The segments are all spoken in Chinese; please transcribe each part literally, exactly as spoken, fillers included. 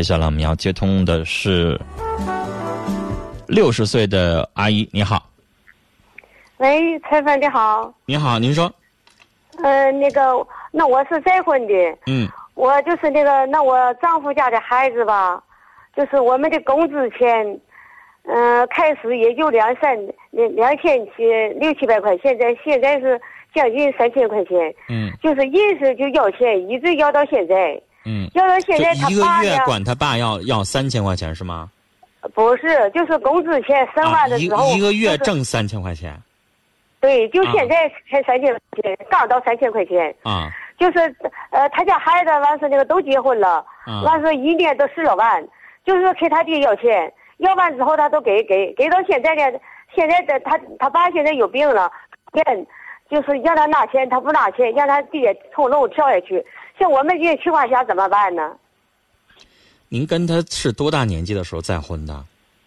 接下来我们要接通的是六十岁的阿姨，你好。 喂，采访你好。 你好，您说。 呃，那个，那我是再婚的。 嗯。 我就是那个，那我丈夫家的孩子吧，就是我们的工资钱，嗯、呃，开始也就两三两两千七六七百块，现在现在是将近三千块钱。 嗯。 就是硬是就要钱，一直要到现在。 嗯， 要到现在他一个爸呀， 月管他爸要要三千块钱是吗？ 不是，就是工资钱生完的时候， 啊、一一个月就是、 挣三千块钱。 对，就现在才三千块钱，刚到三千块钱。 啊， 就是呃，他家孩子完是那个都结婚了， 啊、 完是一年都十来万，就是给他爹要钱，要完之后他都给给给到现在呢，现在的他他爸现在有病了，钱就是让他拿钱，他不拿钱，让他爹从楼跳下去。像我们这些情况下怎么办呢？ 您跟他是多大年纪的时候再婚的？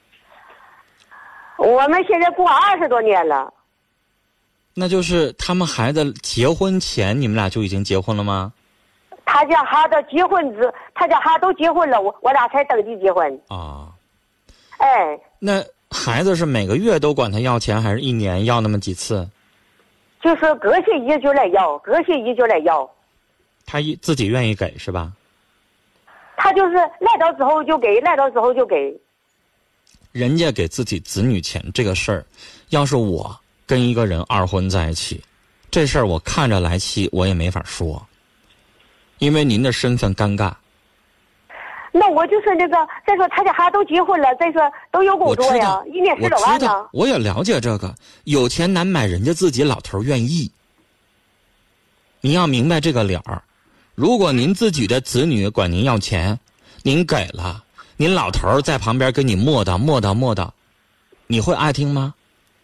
我们现在过二十多年了。 那就是他们孩子结婚前，你们俩就已经结婚了吗？ 他家孩子结婚之，他家孩子都结婚了，我我俩才登记结婚。 啊。 哎。 那孩子是每个月都管他要钱，还是一年要那么几次？ 就是隔些日就来要，隔些日就来要。 他一自己愿意给是吧？ 他就是来到之后就给，来到之后就给。 人家给自己子女钱这个事儿，要是我跟一个人二婚在一起，这事儿我看着来气，我也没法说，因为您的身份尴尬。 那我就是那个，再说他家孩子都结婚了，再说都有工作呀，一年十多万呢。 我知道，我也了解这个，有钱难买，人家自己老头愿意。您要明白这个理儿。如果您自己的子女管您要钱，您给了，您老头在旁边跟你磨叨磨叨磨叨，你会爱听吗？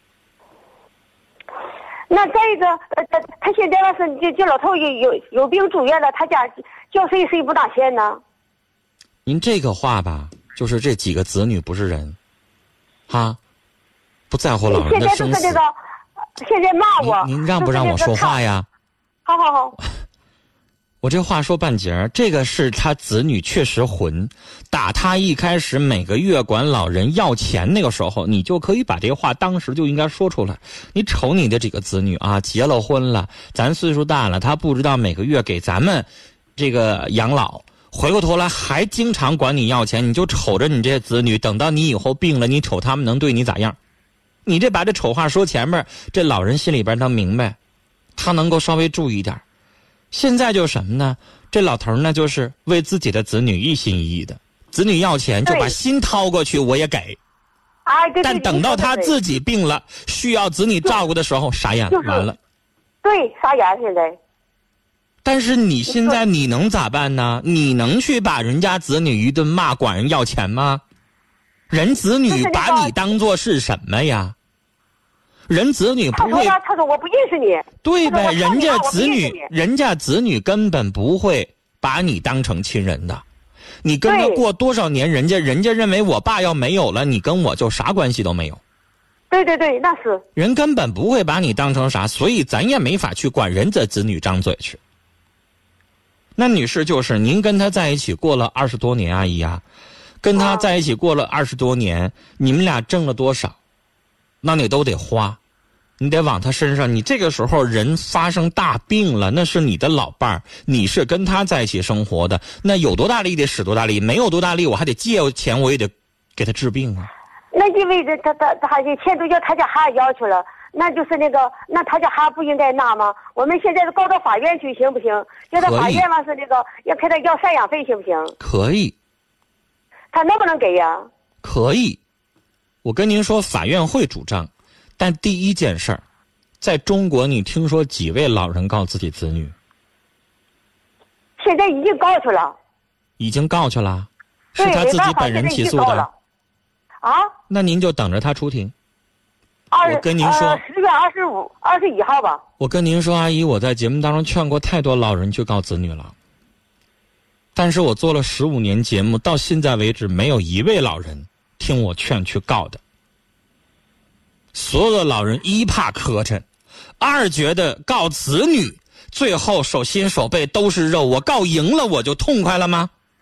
那再一个，呃，他他现在要是这这老头有有有病住院了，他家叫谁谁不拿钱呢？ 您这个话吧，就是这几个子女不是人，哈，不在乎老人的生死。 现在就是这个，现在骂我。 您您让不让我说话呀？ 好好好。 我这话说半截儿，这个是他子女确实混，打他一开始每个月管老人要钱那个时候，你就可以把这话当时就应该说出来。你瞅你的这个子女啊，结了婚了，咱岁数大了，他不知道每个月给咱们这个养老，回过头来还经常管你要钱，你就瞅着你这些子女，等到你以后病了，你瞅他们能对你咋样？你这把这丑话说前面，这老人心里边能明白，他能够稍微注意点。现在就是什么呢？这老头呢，就是为自己的子女一心一意的，子女要钱就把心掏过去，我也给。 啊，对对。 但等到他自己病了，需要子女照顾的时候，傻眼了，完了。 对，傻眼现在。 但是你现在你能咋办呢？你能去把人家子女一顿骂，管人要钱吗？人子女把你当作是什么呀？人子女不会， 他说我不认识你， 对呗？人家子女，人家子女根本不会把你当成亲人的。你跟他过多少年，人家人家认为我爸要没有了，你跟我就啥关系都没有。 对对对，那是。 人根本不会把你当成啥，所以咱也没法去管人家子女张嘴去。那女士就是您跟他在一起过了二十多年，阿姨啊，跟他在一起过了二十多年，啊、你们俩挣了多少？那你都得花，你得往他身上。你这个时候人发生大病了，那是你的老伴儿，你是跟他在一起生活的，那有多大力得使多大力，没有多大力我还得借钱，我也得给他治病啊。 那因为这他他他这钱都叫他家孩子要去了，那就是那个，那他家孩子不应该拿吗？我们现在是告到法院去行不行？要到法院嘛是那个要给他要赡养费行不行？ 可以。 他能不能给呀？ 可以。我跟您说，法院会主张，但第一件事儿，在中国你听说几位老人告自己子女？ 现在已经告去了。 已经告去了？是他自己本人起诉的。 啊？ 那您就等着他出庭。 二我跟您说， 十月二十五、二十一号吧。 我跟您说，阿姨，我在节目当中劝过太多老人去告子女了，但是我做了十五年节目，到现在为止，没有一位老人听我劝去告的。所有的老人一怕磕碜，二觉得告子女最后手心手背都是肉，我告赢了我就痛快了吗？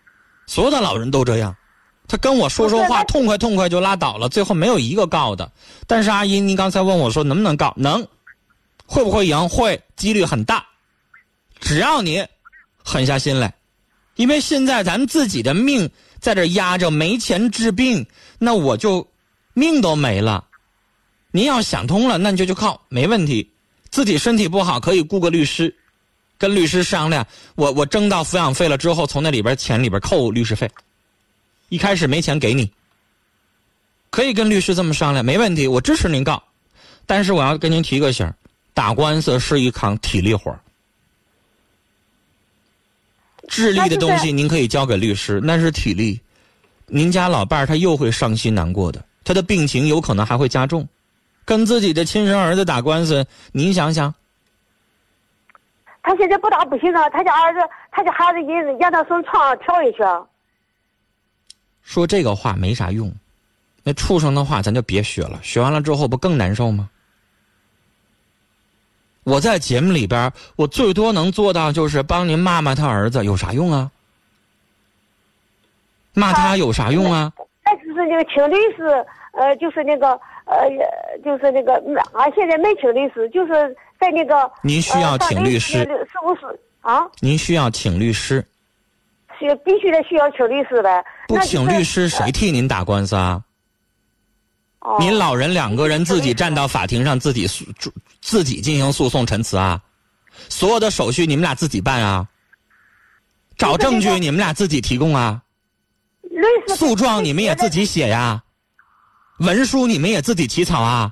所有的老人都这样，他跟我说说话，痛快痛快就拉倒了，最后没有一个告的。但是阿姨，您刚才问我说能不能告？能。会不会赢？会，几率很大。只要你狠下心来，因为现在咱自己的命在这压着，没钱治病，那我就命都没了。您要想通了，那你就去告，没问题。自己身体不好，可以雇个律师，跟律师商量，我我征到抚养费了之后，从那里边钱里边扣律师费。一开始没钱给你，可以跟律师这么商量，没问题，我支持您告。但是我要跟您提个醒，打官司是一场体力活，智力的东西您可以交给律师，那是体力。您家老伴儿他又会伤心难过的，他的病情有可能还会加重。跟自己的亲生儿子打官司，您想想。 他现在不打不行啊，他家儿子，他家孩子也让他从床上跳下去。 说这个话没啥用，那畜生的话咱就别学了，学完了之后不更难受吗？我在节目里边，我最多能做到就是帮您骂骂他儿子，有啥用啊？骂他有啥用啊？ 那就是那个请律师，呃，就是那个呃，就是那个啊，现在没请律师，就是在那个。 您需要请律师。 事务所啊？ 您需要请律师。 需必须得需要请律师呗。 不请律师，谁替您打官司啊？ 哦。 您老人两个人自己站到法庭上，自己诉自己进行诉讼陈词啊？所有的手续你们俩自己办啊？找证据你们俩自己提供啊？ 律师诉状你们也自己写呀？文书你们也自己起草啊？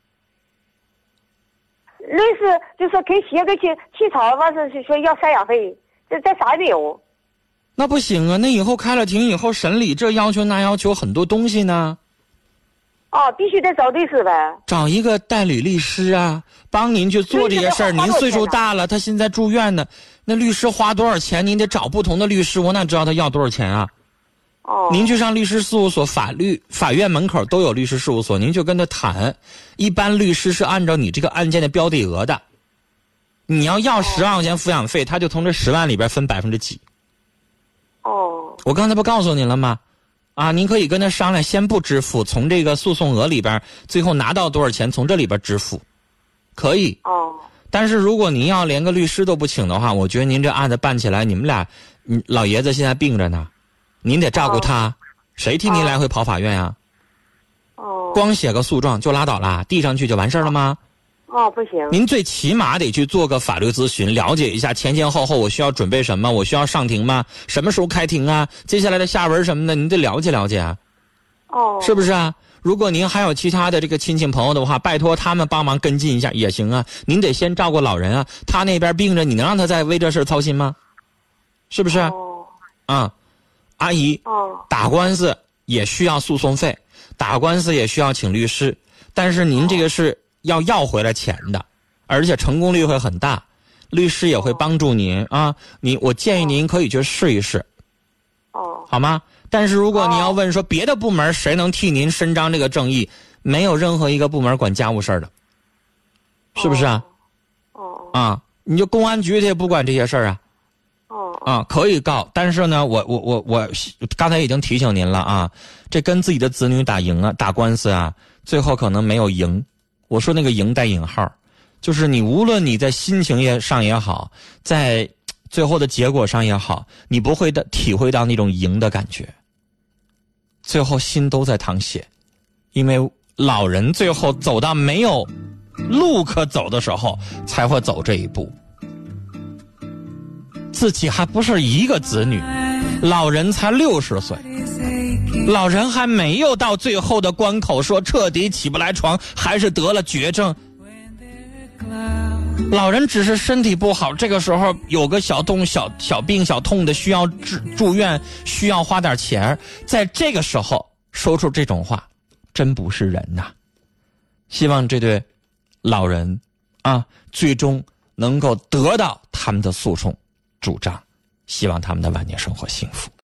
律师就说可以写个起起草，完是说要赡养费，这这啥也没有。 那不行啊！那以后开了庭以后审理，这要求那要求很多东西呢。 哦，必须得找律师呗。 找一个代理律师啊，帮您去做这些事儿。您岁数大了，他现在住院呢，那律师花多少钱？您得找不同的律师，我哪知道他要多少钱啊？ 哦。 您去上律师事务所，法律法院门口都有律师事务所，您就跟他谈。一般律师是按照你这个案件的标的额的，你要要十万块钱抚养费，他就从这十万里边分百分之几。 哦。 我刚才不告诉您了吗？啊，您可以跟他商量，先不支付，从这个诉讼额里边，最后拿到多少钱，从这里边支付，可以。 哦。 但是如果您要连个律师都不请的话，我觉得您这案子办起来，你们俩，嗯，老爷子现在病着呢，您得照顾他，哦、谁替您来回跑法院呀？ 哦。 光写个诉状就拉倒了，递上去就完事儿了吗？ 哦，不行。 您最起码得去做个法律咨询，了解一下前前后后我需要准备什么，我需要上庭吗？什么时候开庭啊？接下来的下文什么的，您得了解了解啊。 哦。是不是啊？如果您还有其他的这个亲戚朋友的话，拜托他们帮忙跟进一下也行啊。您得先照顾老人啊，他那边病着，你能让他再为这事操心吗？是不是？ 哦。 啊，阿姨。 哦。 打官司也需要诉讼费，打官司也需要请律师，但是您这个是要要回来钱的，而且成功率会很大，律师也会帮助您啊。你我建议您可以去试一试， 哦， 好吗？但是如果你要问说别的部门谁能替您伸张这个正义，没有任何一个部门管家务事的，是不是啊？ 哦。 啊，你就公安局他也不管这些事儿啊。 哦。 啊，可以告，但是呢，我我我我刚才已经提醒您了啊，这跟自己的子女打赢啊，打官司啊，最后可能没有赢。我说那个赢带引号，就是你无论你在心情也上也好，在最后的结果上也好，你不会的体会到那种赢的感觉，最后心都在淌血，因为老人最后走到没有路可走的时候才会走这一步。自己还不是一个子女，老人才六十岁，老人还没有到最后的关口，说彻底起不来床，还是得了绝症。老人只是身体不好，这个时候有个小动小小病小痛的，需要住住院，需要花点钱，在这个时候说出这种话，真不是人呐。希望这对老人啊，最终能够得到他们的诉讼主张，希望他们的晚年生活幸福。